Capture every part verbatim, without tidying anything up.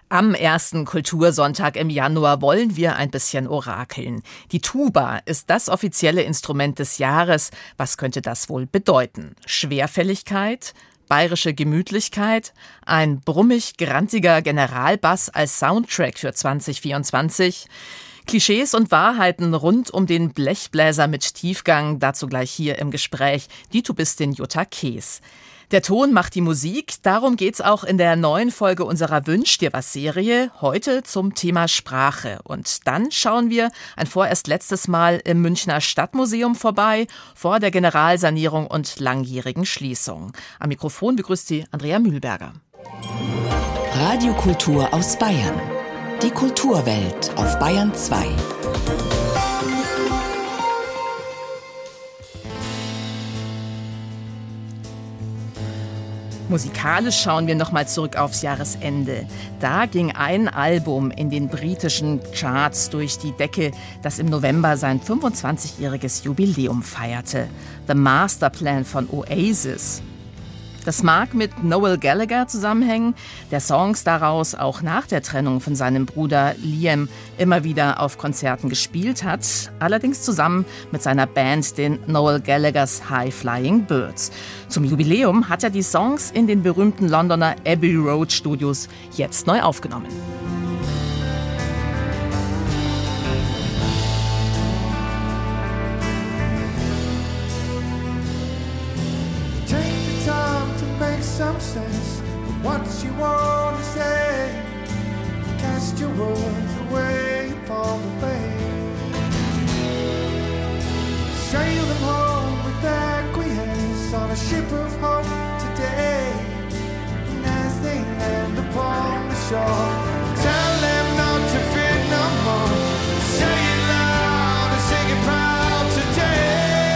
Am ersten Kultursonntag im Januar wollen wir ein bisschen orakeln. Die Tuba ist das offizielle Instrument des Jahres. Was könnte das wohl bedeuten? Schwerfälligkeit? Bayerische Gemütlichkeit? Ein brummig-grantiger Generalbass als Soundtrack für zwanzig vierundzwanzig? Klischees und Wahrheiten rund um den Blechbläser mit Tiefgang, dazu gleich hier im Gespräch die Tubistin Jutta Kees. Der Ton macht die Musik, darum geht's auch in der neuen Folge unserer Wünsch dir was Serie, heute zum Thema Sprache. Und dann schauen wir ein vorerst letztes Mal im Münchner Stadtmuseum vorbei, vor der Generalsanierung und langjährigen Schließung. Am Mikrofon begrüßt Sie Andrea Mühlberger. Radiokultur aus Bayern. Die Kulturwelt auf Bayern zwei. Musikalisch schauen wir nochmal zurück aufs Jahresende. Da ging ein Album in den britischen Charts durch die Decke, das im November sein fünfundzwanzigjähriges Jubiläum feierte. The Masterplan von Oasis. Das mag mit Noel Gallagher zusammenhängen, der Songs daraus auch nach der Trennung von seinem Bruder Liam immer wieder auf Konzerten gespielt hat, allerdings zusammen mit seiner Band, den Noel Gallaghers High Flying Birds. Zum Jubiläum hat er die Songs in den berühmten Londoner Abbey Road Studios jetzt neu aufgenommen. Some sense of what you want to say. Cast your words away upon the bay. Sail them home with acquiesce on a ship of hope today. And as they land upon the shore, tell them not to fear no more. Say it loud and sing it proud today.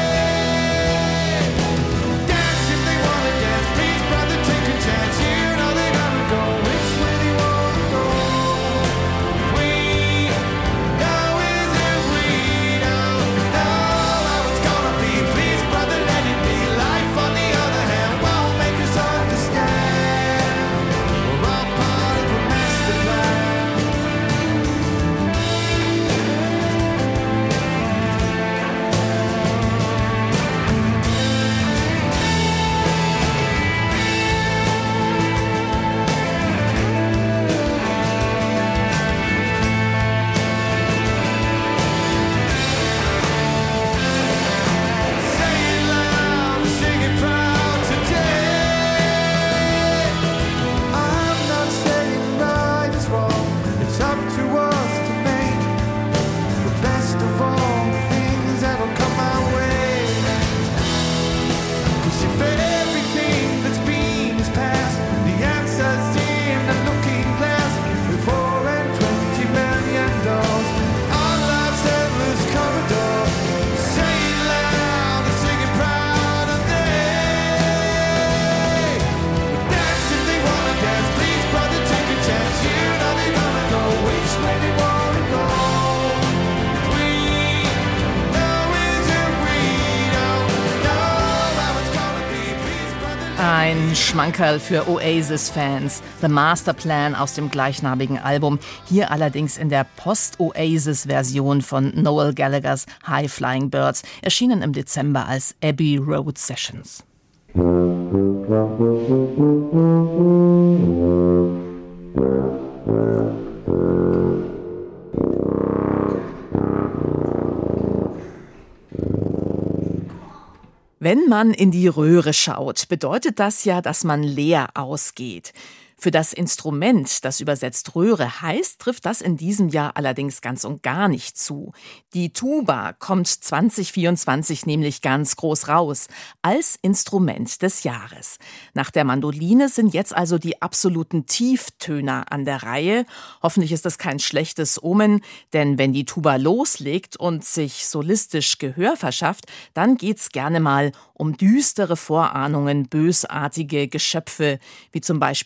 Ein Schmankerl für Oasis-Fans. The Masterplan aus dem gleichnamigen Album. Hier allerdings in der Post-Oasis-Version von Noel Gallaghers High Flying Birds. Erschienen im Dezember als Abbey Road Sessions. Wenn man in die Röhre schaut, bedeutet das ja, dass man leer ausgeht. Für das Instrument, das übersetzt Röhre heißt, trifft das in diesem Jahr allerdings ganz und gar nicht zu. Die Tuba kommt zwanzig vierundzwanzig nämlich ganz groß raus, als Instrument des Jahres. Nach der Mandoline sind jetzt also die absoluten Tieftöner an der Reihe. Hoffentlich ist das kein schlechtes Omen, denn wenn die Tuba loslegt und sich solistisch Gehör verschafft, dann geht's gerne mal um düstere Vorahnungen, bösartige Geschöpfe, wie zum Beispiel beim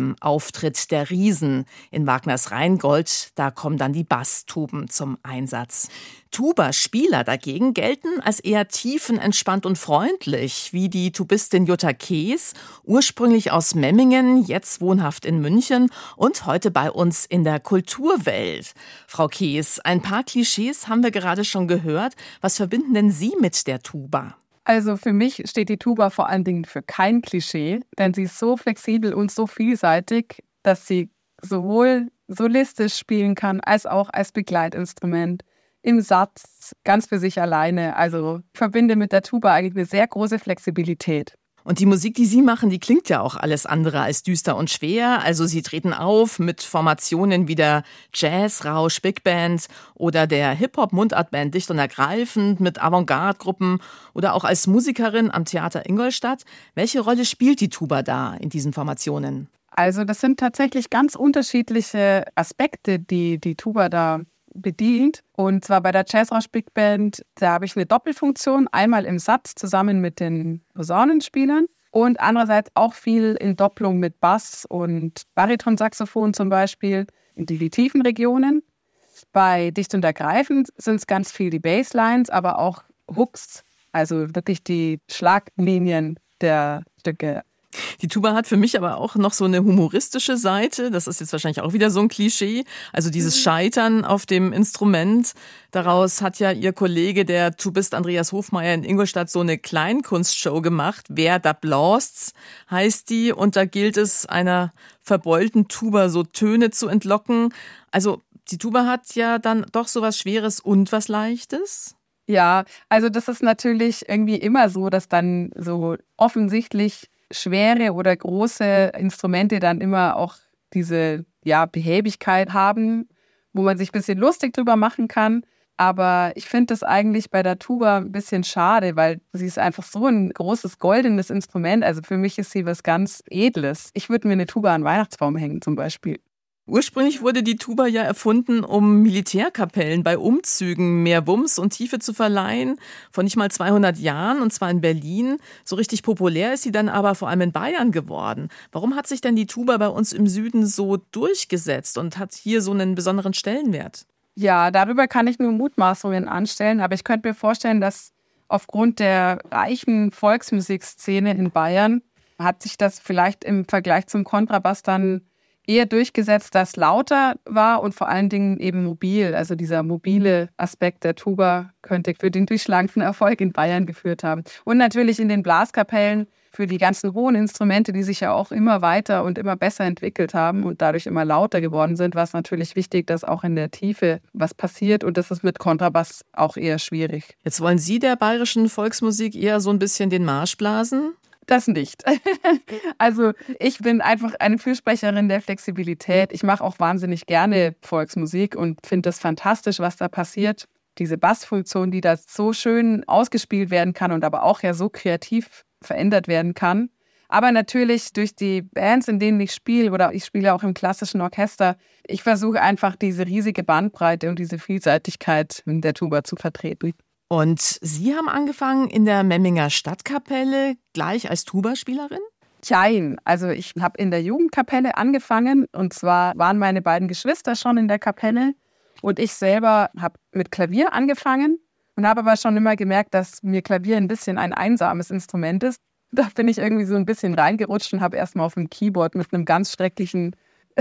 beim Auftritt der Riesen in Wagners Rheingold. Da kommen dann die Basstuben zum Einsatz. Tuba-Spieler dagegen gelten als eher tiefenentspannt und freundlich, wie die Tubistin Jutta Kees, ursprünglich aus Memmingen, jetzt wohnhaft in München und heute bei uns in der Kulturwelt. Frau Kees, ein paar Klischees haben wir gerade schon gehört. Was verbinden denn Sie mit der Tuba? Also für mich steht die Tuba vor allen Dingen für kein Klischee, denn sie ist so flexibel und so vielseitig, dass sie sowohl solistisch spielen kann, als auch als Begleitinstrument, im Satz, ganz für sich alleine. Also ich verbinde mit der Tuba eigentlich eine sehr große Flexibilität. Und die Musik, die Sie machen, die klingt ja auch alles andere als düster und schwer. Also Sie treten auf mit Formationen wie der Jazz, Rausch, Big Band oder der Hip-Hop-Mundartband Dicht und Ergreifend mit Avantgarde-Gruppen oder auch als Musikerin am Theater Ingolstadt. Welche Rolle spielt die Tuba da in diesen Formationen? Also das sind tatsächlich ganz unterschiedliche Aspekte, die die Tuba da bedient. Und zwar bei der Jazzrausch Big Band, da habe ich eine Doppelfunktion, einmal im Satz zusammen mit den Posaunenspielern und andererseits auch viel in Doppelung mit Bass und Baritonsaxophon zum Beispiel in die tiefen Regionen. Bei Dicht und Ergreifend sind es ganz viel die Basslines, aber auch Hooks, also wirklich die Schlaglinien der Stücke. Die Tuba hat für mich aber auch noch so eine humoristische Seite. Das ist jetzt wahrscheinlich auch wieder so ein Klischee. Also dieses Scheitern auf dem Instrument. Daraus hat ja Ihr Kollege, der Tubist Andreas Hofmeier in Ingolstadt, so eine Kleinkunstshow gemacht. Wer da blast's, heißt die. Und da gilt es, einer verbeulten Tuba so Töne zu entlocken. Also die Tuba hat ja dann doch so was Schweres und was Leichtes. Ja, also das ist natürlich irgendwie immer so, dass dann so offensichtlich schwere oder große Instrumente dann immer auch diese ja, Behäbigkeit haben, wo man sich ein bisschen lustig drüber machen kann. Aber ich finde das eigentlich bei der Tuba ein bisschen schade, weil sie ist einfach so ein großes goldenes Instrument. Also für mich ist sie was ganz Edles. Ich würde mir eine Tuba an den Weihnachtsbaum hängen zum Beispiel. Ursprünglich wurde die Tuba ja erfunden, um Militärkapellen bei Umzügen mehr Wumms und Tiefe zu verleihen, vor nicht mal zweihundert Jahren, und zwar in Berlin. So richtig populär ist sie dann aber vor allem in Bayern geworden. Warum hat sich denn die Tuba bei uns im Süden so durchgesetzt und hat hier so einen besonderen Stellenwert? Ja, darüber kann ich nur Mutmaßungen anstellen, aber ich könnte mir vorstellen, dass aufgrund der reichen Volksmusikszene in Bayern hat sich das vielleicht im Vergleich zum Kontrabass dann eher durchgesetzt, dass lauter war und vor allen Dingen eben mobil. Also dieser mobile Aspekt der Tuba könnte für den durchschlagenden Erfolg in Bayern geführt haben. Und natürlich in den Blaskapellen für die ganzen hohen Instrumente, die sich ja auch immer weiter und immer besser entwickelt haben und dadurch immer lauter geworden sind, war es natürlich wichtig, dass auch in der Tiefe was passiert. Und das ist mit Kontrabass auch eher schwierig. Jetzt wollen Sie der bayerischen Volksmusik eher so ein bisschen den Marsch blasen? Das nicht. Also ich bin einfach eine Fürsprecherin der Flexibilität. Ich mache auch wahnsinnig gerne Volksmusik und finde das fantastisch, was da passiert. Diese Bassfunktion, die da so schön ausgespielt werden kann und aber auch ja so kreativ verändert werden kann. Aber natürlich durch die Bands, in denen ich spiele, oder ich spiele auch im klassischen Orchester, ich versuche einfach diese riesige Bandbreite und diese Vielseitigkeit in der Tuba zu vertreten. Und Sie haben angefangen in der Memminger Stadtkapelle gleich als Tuba-Spielerin? Jein. Also ich habe in der Jugendkapelle angefangen und zwar waren meine beiden Geschwister schon in der Kapelle und ich selber habe mit Klavier angefangen und habe aber schon immer gemerkt, dass mir Klavier ein bisschen ein einsames Instrument ist. Da bin ich irgendwie so ein bisschen reingerutscht und habe erstmal auf dem Keyboard mit einem ganz schrecklichen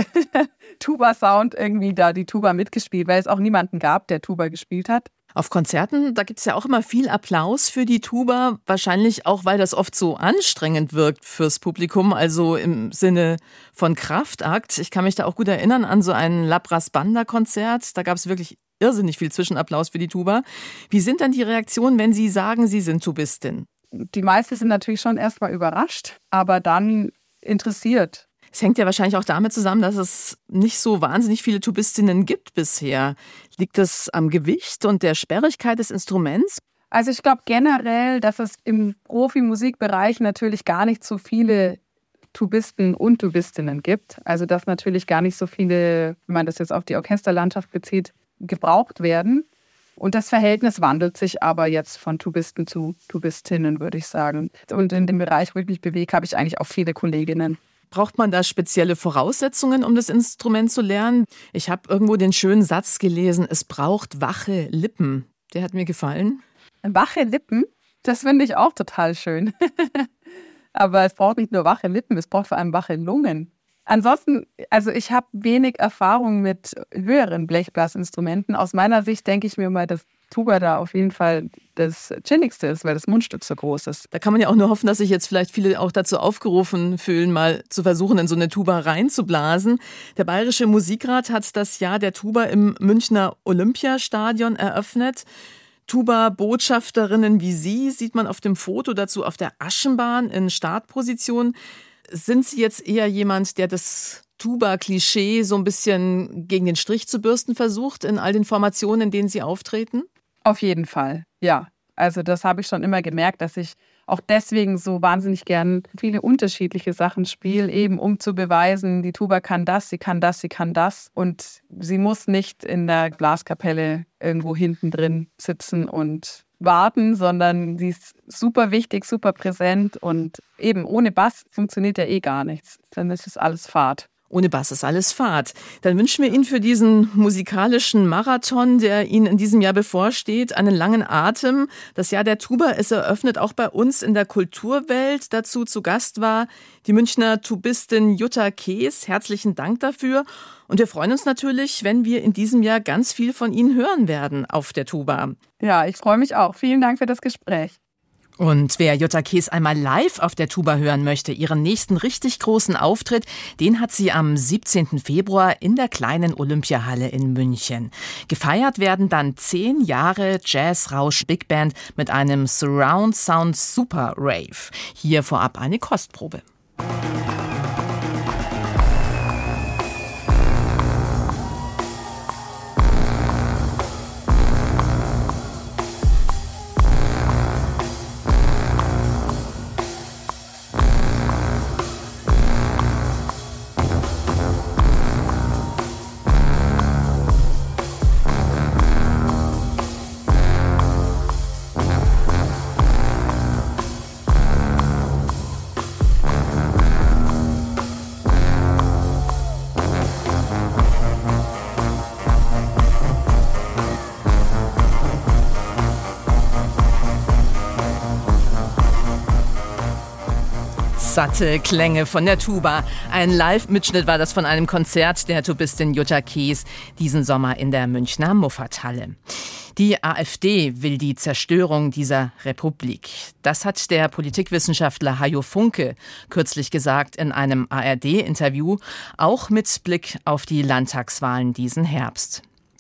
Tuba-Sound irgendwie da die Tuba mitgespielt, weil es auch niemanden gab, der Tuba gespielt hat. Auf Konzerten, da gibt es ja auch immer viel Applaus für die Tuba, wahrscheinlich auch, weil das oft so anstrengend wirkt fürs Publikum, also im Sinne von Kraftakt. Ich kann mich da auch gut erinnern an so ein Labras Banda-Konzert, da gab es wirklich irrsinnig viel Zwischenapplaus für die Tuba. Wie sind dann die Reaktionen, wenn Sie sagen, Sie sind Tubistin? Die meisten sind natürlich schon erstmal überrascht, aber dann interessiert. Es hängt ja wahrscheinlich auch damit zusammen, dass es nicht so wahnsinnig viele Tubistinnen gibt bisher. Liegt es am Gewicht und der Sperrigkeit des Instruments? Also ich glaube generell, dass es im Profimusikbereich natürlich gar nicht so viele Tubisten und Tubistinnen gibt. Also dass natürlich gar nicht so viele, wenn man das jetzt auf die Orchesterlandschaft bezieht, gebraucht werden. Und das Verhältnis wandelt sich aber jetzt von Tubisten zu Tubistinnen, würde ich sagen. Und in dem Bereich, wo ich mich bewege, habe ich eigentlich auch viele Kolleginnen. Braucht man da spezielle Voraussetzungen, um das Instrument zu lernen? Ich habe irgendwo den schönen Satz gelesen, es braucht wache Lippen. Der hat mir gefallen. Wache Lippen? Das finde ich auch total schön. Aber es braucht nicht nur wache Lippen, es braucht vor allem wache Lungen. Ansonsten, also ich habe wenig Erfahrung mit höheren Blechblasinstrumenten. Aus meiner Sicht denke ich mir mal, dass Tuba da auf jeden Fall das Chilligste ist, weil das Mundstück so groß ist. Da kann man ja auch nur hoffen, dass sich jetzt vielleicht viele auch dazu aufgerufen fühlen, mal zu versuchen, in so eine Tuba reinzublasen. Der Bayerische Musikrat hat das Jahr der Tuba im Münchner Olympiastadion eröffnet. Tuba-Botschafterinnen wie Sie sieht man auf dem Foto dazu auf der Aschenbahn in Startposition. Sind Sie jetzt eher jemand, der das Tuba-Klischee so ein bisschen gegen den Strich zu bürsten versucht in all den Formationen, in denen Sie auftreten? Auf jeden Fall, ja. Also das habe ich schon immer gemerkt, dass ich auch deswegen so wahnsinnig gern viele unterschiedliche Sachen spiele, eben um zu beweisen, die Tuba kann das, sie kann das, sie kann das. Und sie muss nicht in der Blaskapelle irgendwo hinten drin sitzen und warten, sondern sie ist super wichtig, super präsent und eben ohne Bass funktioniert ja eh gar nichts. Dann ist es alles Fahrt. Ohne Bass ist alles Fahrt. Dann wünschen wir Ihnen für diesen musikalischen Marathon, der Ihnen in diesem Jahr bevorsteht, einen langen Atem. Das Jahr der Tuba ist eröffnet, auch bei uns in der Kulturwelt. Dazu zu Gast war die Münchner Tubistin Jutta Kees. Herzlichen Dank dafür. Und wir freuen uns natürlich, wenn wir in diesem Jahr ganz viel von Ihnen hören werden auf der Tuba. Ja, ich freue mich auch. Vielen Dank für das Gespräch. Und wer Jutta Kees einmal live auf der Tuba hören möchte, ihren nächsten richtig großen Auftritt, den hat sie am siebzehnten Februar in der kleinen Olympiahalle in München. Gefeiert werden dann zehn Jahre Jazzrausch Big Band mit einem Surround Sound Super Rave. Hier vorab eine Kostprobe. Satte Klänge von der Tuba. Ein Live-Mitschnitt war das von einem Konzert der Tubistin Jutta Kees diesen Sommer in der Münchner Muffathalle. Die AfD will die Zerstörung dieser Republik. Das hat der Politikwissenschaftler Hajo Funke kürzlich gesagt in einem A R D-Interview, auch mit Blick auf die Landtagswahlen diesen Herbst.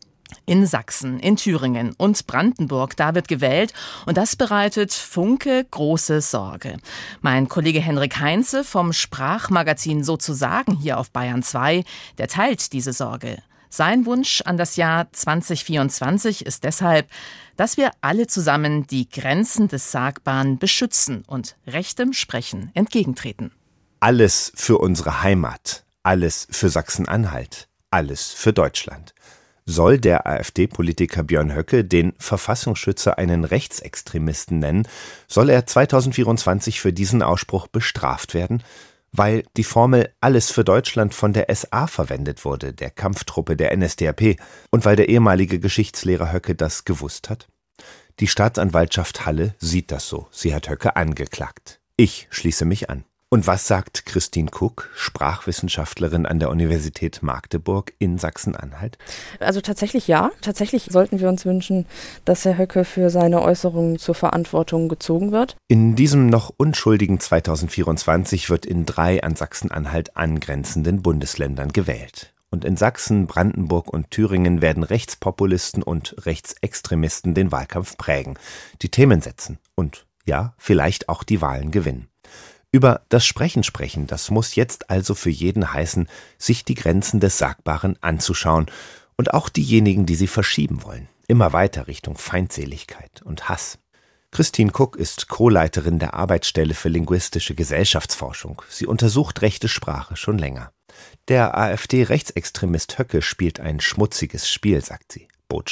In Sachsen, in Thüringen und Brandenburg, da wird gewählt und das bereitet Funke große Sorge. Mein Kollege Henrik Heinze vom Sprachmagazin Sozusagen hier auf Bayern zwei, der teilt diese Sorge. Sein Wunsch an das Jahr zwanzig vierundzwanzig ist deshalb, dass wir alle zusammen die Grenzen des Sagbaren beschützen und rechtem Sprechen entgegentreten. Alles für unsere Heimat, alles für Sachsen-Anhalt, alles für Deutschland. Soll der AfD-Politiker Björn Höcke den Verfassungsschützer einen Rechtsextremisten nennen, soll er zweitausendvierundzwanzig für diesen Ausspruch bestraft werden, weil die Formel Alles für Deutschland von der S A verwendet wurde, der Kampftruppe der N S D A P, und weil der ehemalige Geschichtslehrer Höcke das gewusst hat? Die Staatsanwaltschaft Halle sieht das so. Sie hat Höcke angeklagt. Ich schließe mich an. Und was sagt Christine Cook, Sprachwissenschaftlerin an der Universität Magdeburg in Sachsen-Anhalt? Also tatsächlich ja. Tatsächlich sollten wir uns wünschen, dass Herr Höcke für seine Äußerungen zur Verantwortung gezogen wird. In diesem noch unschuldigen zweitausendvierundzwanzig wird in drei an Sachsen-Anhalt angrenzenden Bundesländern gewählt. Und in Sachsen, Brandenburg und Thüringen werden Rechtspopulisten und Rechtsextremisten den Wahlkampf prägen, die Themen setzen und, ja, vielleicht auch die Wahlen gewinnen. Über das Sprechen sprechen, das muss jetzt also für jeden heißen, sich die Grenzen des Sagbaren anzuschauen und auch diejenigen, die sie verschieben wollen, immer weiter Richtung Feindseligkeit und Hass. Christine Cook ist Co-Leiterin der Arbeitsstelle für linguistische Gesellschaftsforschung. Sie untersucht rechte Sprache schon länger. Der AfD-Rechtsextremist Höcke spielt ein schmutziges Spiel, sagt sie. Botschaft: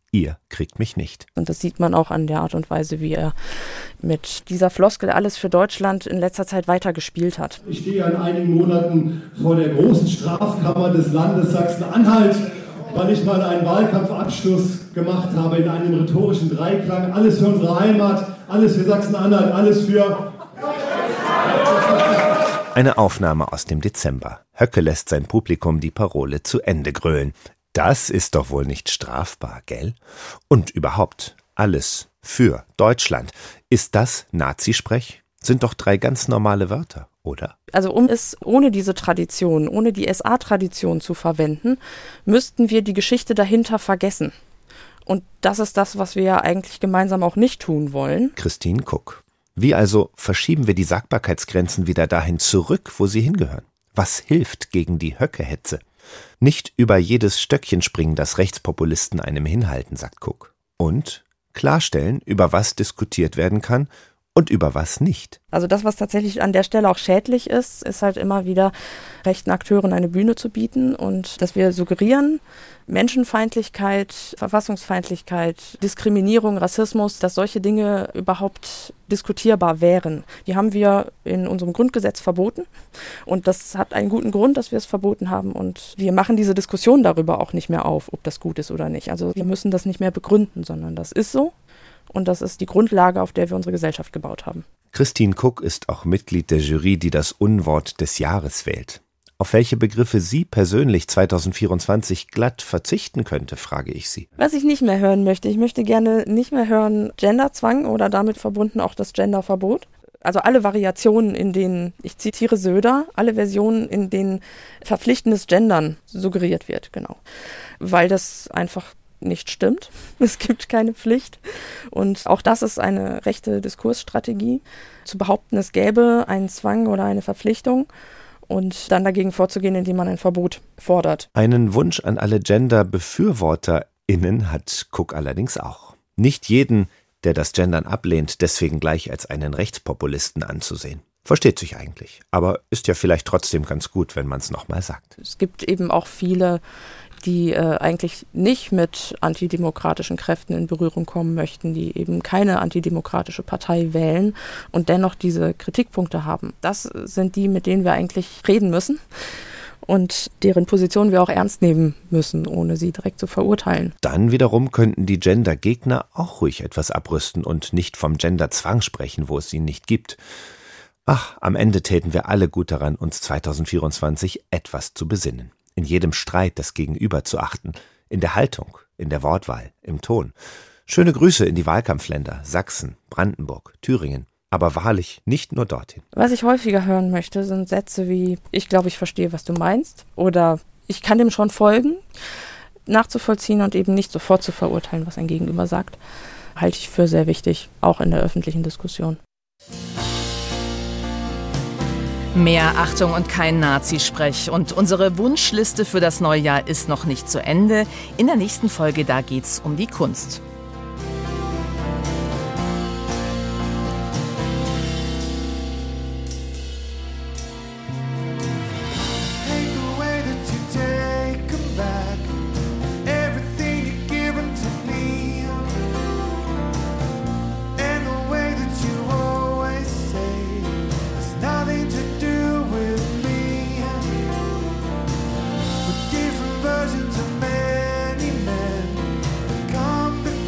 ihr kriegt mich nicht. Und das sieht man auch an der Art und Weise, wie er mit dieser Floskel alles für Deutschland in letzter Zeit weitergespielt hat. Ich stehe in einigen Monaten vor der großen Strafkammer des Landes Sachsen-Anhalt, weil ich mal einen Wahlkampfabschluss gemacht habe in einem rhetorischen Dreiklang. Alles für unsere Heimat, alles für Sachsen-Anhalt, alles für... Eine Aufnahme aus dem Dezember. Höcke lässt sein Publikum die Parole zu Ende grölen. Das ist doch wohl nicht strafbar, gell? Und überhaupt, alles für Deutschland. Ist das Nazisprech? Sind doch drei ganz normale Wörter, oder? Also um es ohne diese Tradition, ohne die S A-Tradition zu verwenden, müssten wir die Geschichte dahinter vergessen. Und das ist das, was wir ja eigentlich gemeinsam auch nicht tun wollen. Christine Kuck. Wie also verschieben wir die Sagbarkeitsgrenzen wieder dahin zurück, wo sie hingehören? Was hilft gegen die Höcke-Hetze? Nicht über jedes Stöckchen springen, das Rechtspopulisten einem hinhalten, sagt Kuck. Und klarstellen, über was diskutiert werden kann und über was nicht. Also das, was tatsächlich an der Stelle auch schädlich ist, ist halt immer wieder rechten Akteuren eine Bühne zu bieten und dass wir suggerieren, Menschenfeindlichkeit, Verfassungsfeindlichkeit, Diskriminierung, Rassismus, dass solche Dinge überhaupt diskutierbar wären. Die haben wir in unserem Grundgesetz verboten und das hat einen guten Grund, dass wir es verboten haben und wir machen diese Diskussion darüber auch nicht mehr auf, ob das gut ist oder nicht. Also wir müssen das nicht mehr begründen, sondern das ist so und das ist die Grundlage, auf der wir unsere Gesellschaft gebaut haben. Christine Kuck ist auch Mitglied der Jury, die das Unwort des Jahres wählt. Auf welche Begriffe sie persönlich zweitausendvierundzwanzig glatt verzichten könnte, frage ich sie. Was ich nicht mehr hören möchte, ich möchte gerne nicht mehr hören Genderzwang oder damit verbunden auch das Genderverbot. Also alle Variationen, in denen, ich zitiere Söder, alle Versionen, in denen verpflichtendes Gendern suggeriert wird, genau. Weil das einfach nicht stimmt. Es gibt keine Pflicht. Und auch das ist eine rechte Diskursstrategie, zu behaupten, es gäbe einen Zwang oder eine Verpflichtung. Und dann dagegen vorzugehen, indem man ein Verbot fordert. Einen Wunsch an alle GenderbefürworterInnen hat Kuck allerdings auch. Nicht jeden, der das Gendern ablehnt, deswegen gleich als einen Rechtspopulisten anzusehen. Versteht sich eigentlich, aber ist ja vielleicht trotzdem ganz gut, wenn man es nochmal sagt. Es gibt eben auch viele, die äh, eigentlich nicht mit antidemokratischen Kräften in Berührung kommen möchten, die eben keine antidemokratische Partei wählen und dennoch diese Kritikpunkte haben. Das sind die, mit denen wir eigentlich reden müssen und deren Position wir auch ernst nehmen müssen, ohne sie direkt zu verurteilen. Dann wiederum könnten die Gender-Gegner auch ruhig etwas abrüsten und nicht vom Gender-Zwang sprechen, wo es ihn nicht gibt. Ach, am Ende täten wir alle gut daran, uns zweitausendvierundzwanzig etwas zu besinnen. In jedem Streit das Gegenüber zu achten, in der Haltung, in der Wortwahl, im Ton. Schöne Grüße in die Wahlkampfländer Sachsen, Brandenburg, Thüringen, aber wahrlich nicht nur dorthin. Was ich häufiger hören möchte, sind Sätze wie, ich glaube, ich verstehe, was du meinst, oder ich kann dem schon folgen. Nachzuvollziehen und eben nicht sofort zu verurteilen, was ein Gegenüber sagt, halte ich für sehr wichtig, auch in der öffentlichen Diskussion. Mehr Achtung und kein Nazisprech. Und unsere Wunschliste für das neue Jahr ist noch nicht zu Ende. In der nächsten Folge, da geht's um die Kunst. Versions of many men come before.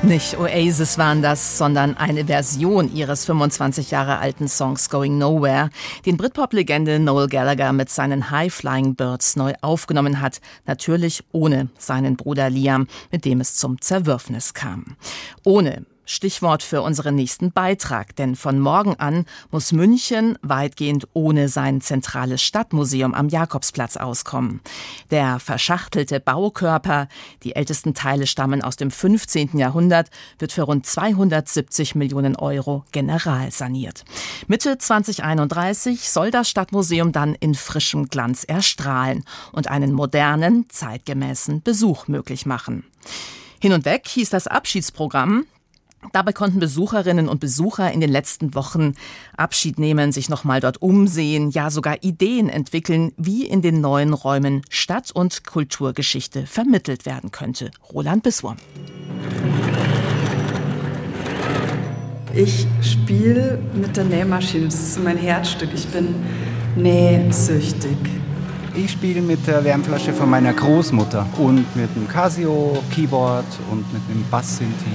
Nicht Oasis waren das, sondern eine Version ihres fünfundzwanzig Jahre alten Songs Going Nowhere, den Britpop-Legende Noel Gallagher mit seinen High Flying Birds neu aufgenommen hat, natürlich ohne seinen Bruder Liam, mit dem es zum Zerwürfnis kam. Ohne Stichwort für unseren nächsten Beitrag, denn von morgen an muss München weitgehend ohne sein zentrales Stadtmuseum am Jakobsplatz auskommen. Der verschachtelte Baukörper, die ältesten Teile stammen aus dem fünfzehnten Jahrhundert, wird für rund zweihundertsiebzig Millionen Euro generalsaniert. Mitte zwanzig einunddreißig soll das Stadtmuseum dann in frischem Glanz erstrahlen und einen modernen, zeitgemäßen Besuch möglich machen. Hin und weg hieß das Abschiedsprogramm. Dabei konnten Besucherinnen und Besucher in den letzten Wochen Abschied nehmen, sich nochmal dort umsehen, ja sogar Ideen entwickeln, wie in den neuen Räumen Stadt- und Kulturgeschichte vermittelt werden könnte. Roland Biswurm. Ich spiele mit der Nähmaschine, das ist so mein Herzstück. Ich bin nähsüchtig. Ich spiele mit der Wärmflasche von meiner Großmutter und mit dem Casio-Keyboard und mit dem Bass-Synthi.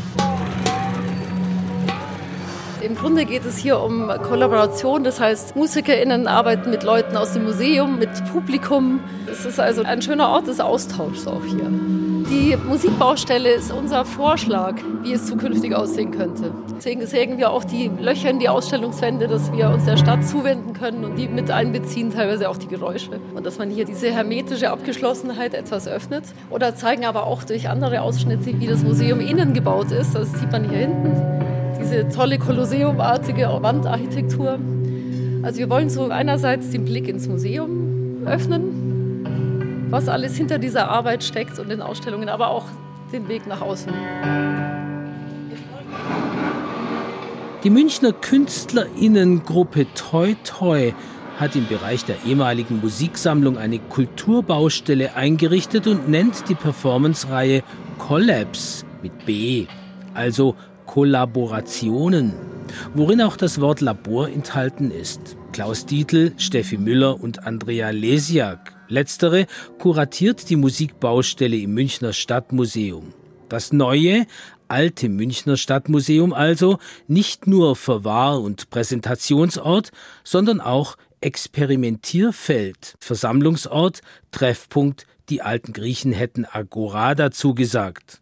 Im Grunde geht es hier um Kollaboration, das heißt MusikerInnen arbeiten mit Leuten aus dem Museum, mit Publikum. Es ist also ein schöner Ort des Austauschs auch hier. Die Musikbaustelle ist unser Vorschlag, wie es zukünftig aussehen könnte. Deswegen sägen wir auch die Löcher in die Ausstellungswände, dass wir uns der Stadt zuwenden können und die mit einbeziehen, teilweise auch die Geräusche. Und dass man hier diese hermetische Abgeschlossenheit etwas öffnet. Oder zeigen aber auch durch andere Ausschnitte, wie das Museum innen gebaut ist. Das sieht man hier hinten. Diese tolle Kolosseum-artige Wandarchitektur. Also wir wollen so einerseits den Blick ins Museum öffnen, was alles hinter dieser Arbeit steckt und den Ausstellungen, aber auch den Weg nach außen. Die Münchner KünstlerInnengruppe Toi Toi hat im Bereich der ehemaligen Musiksammlung eine Kulturbaustelle eingerichtet und nennt die Performance-Reihe Collabs mit B, also Kollaborationen, worin auch das Wort Labor enthalten ist. Klaus Dietl, Steffi Müller und Andrea Lesiak. Letztere kuratiert die Musikbaustelle im Münchner Stadtmuseum. Das neue, alte Münchner Stadtmuseum also nicht nur Verwahr- und Präsentationsort, sondern auch Experimentierfeld, Versammlungsort, Treffpunkt. Die alten Griechen hätten Agora dazu gesagt.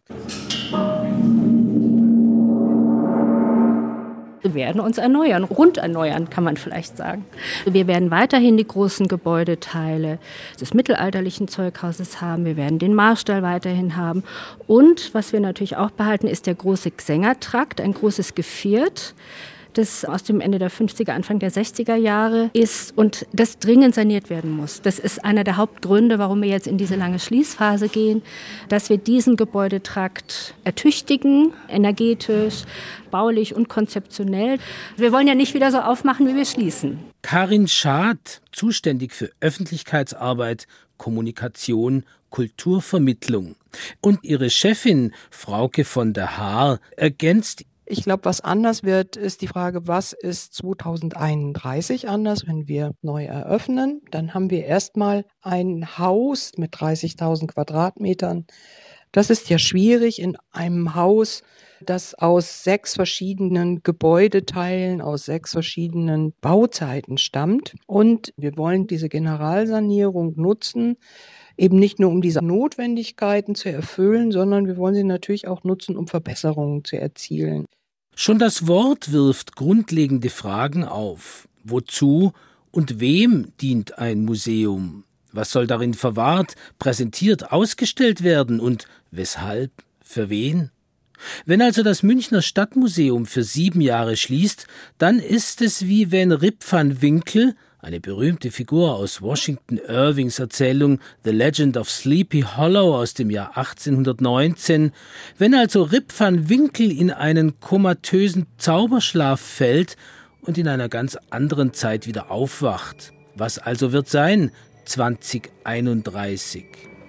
Wir werden uns erneuern, rund erneuern, kann man vielleicht sagen. Wir werden weiterhin die großen Gebäudeteile des mittelalterlichen Zeughauses haben. Wir werden den Marstall weiterhin haben. Und was wir natürlich auch behalten, ist der große Xengertrakt, ein großes Geviert, das aus dem Ende der fünfziger, Anfang der sechziger Jahre ist und das dringend saniert werden muss. Das ist einer der Hauptgründe, warum wir jetzt in diese lange Schließphase gehen, dass wir diesen Gebäudetrakt ertüchtigen, energetisch, baulich und konzeptionell. Wir wollen ja nicht wieder so aufmachen, wie wir schließen. Karin Schad, zuständig für Öffentlichkeitsarbeit, Kommunikation, Kulturvermittlung. Und ihre Chefin, Frauke von der Haar, ergänzt: Ich glaube, was anders wird, ist die Frage, was ist zweitausendeinunddreißig anders, wenn wir neu eröffnen? Dann haben wir erstmal ein Haus mit dreißigtausend Quadratmetern. Das ist ja schwierig in einem Haus, das aus sechs verschiedenen Gebäudeteilen, aus sechs verschiedenen Bauzeiten stammt. Und wir wollen diese Generalsanierung nutzen, eben nicht nur um diese Notwendigkeiten zu erfüllen, sondern wir wollen sie natürlich auch nutzen, um Verbesserungen zu erzielen. Schon das Wort wirft grundlegende Fragen auf. Wozu und wem dient ein Museum? Was soll darin verwahrt, präsentiert, ausgestellt werden und weshalb, für wen? Wenn also das Münchner Stadtmuseum für sieben Jahre schließt, dann ist es wie wenn Rip van Winkle, eine berühmte Figur aus Washington Irvings Erzählung The Legend of Sleepy Hollow aus dem Jahr achtzehnhundertneunzehn, wenn also Rip van Winkle in einen komatösen Zauberschlaf fällt und in einer ganz anderen Zeit wieder aufwacht. Was also wird sein zwanzig einunddreißig?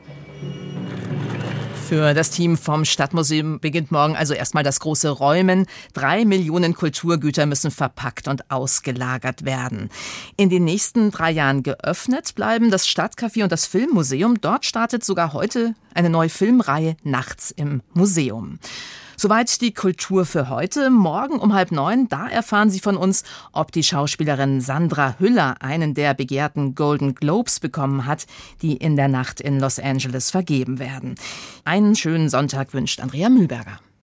Für das Team vom Stadtmuseum beginnt morgen also erstmal das große Räumen. Drei Millionen Kulturgüter müssen verpackt und ausgelagert werden. In den nächsten drei Jahren geöffnet bleiben das Stadtcafé und das Filmmuseum. Dort startet sogar heute eine neue Filmreihe Nachts im Museum. Soweit die Kultur für heute. Morgen um halb neun, da erfahren Sie von uns, ob die Schauspielerin Sandra Hüller einen der begehrten Golden Globes bekommen hat, die in der Nacht in Los Angeles vergeben werden. Einen schönen Sonntag wünscht Andrea Mühlberger.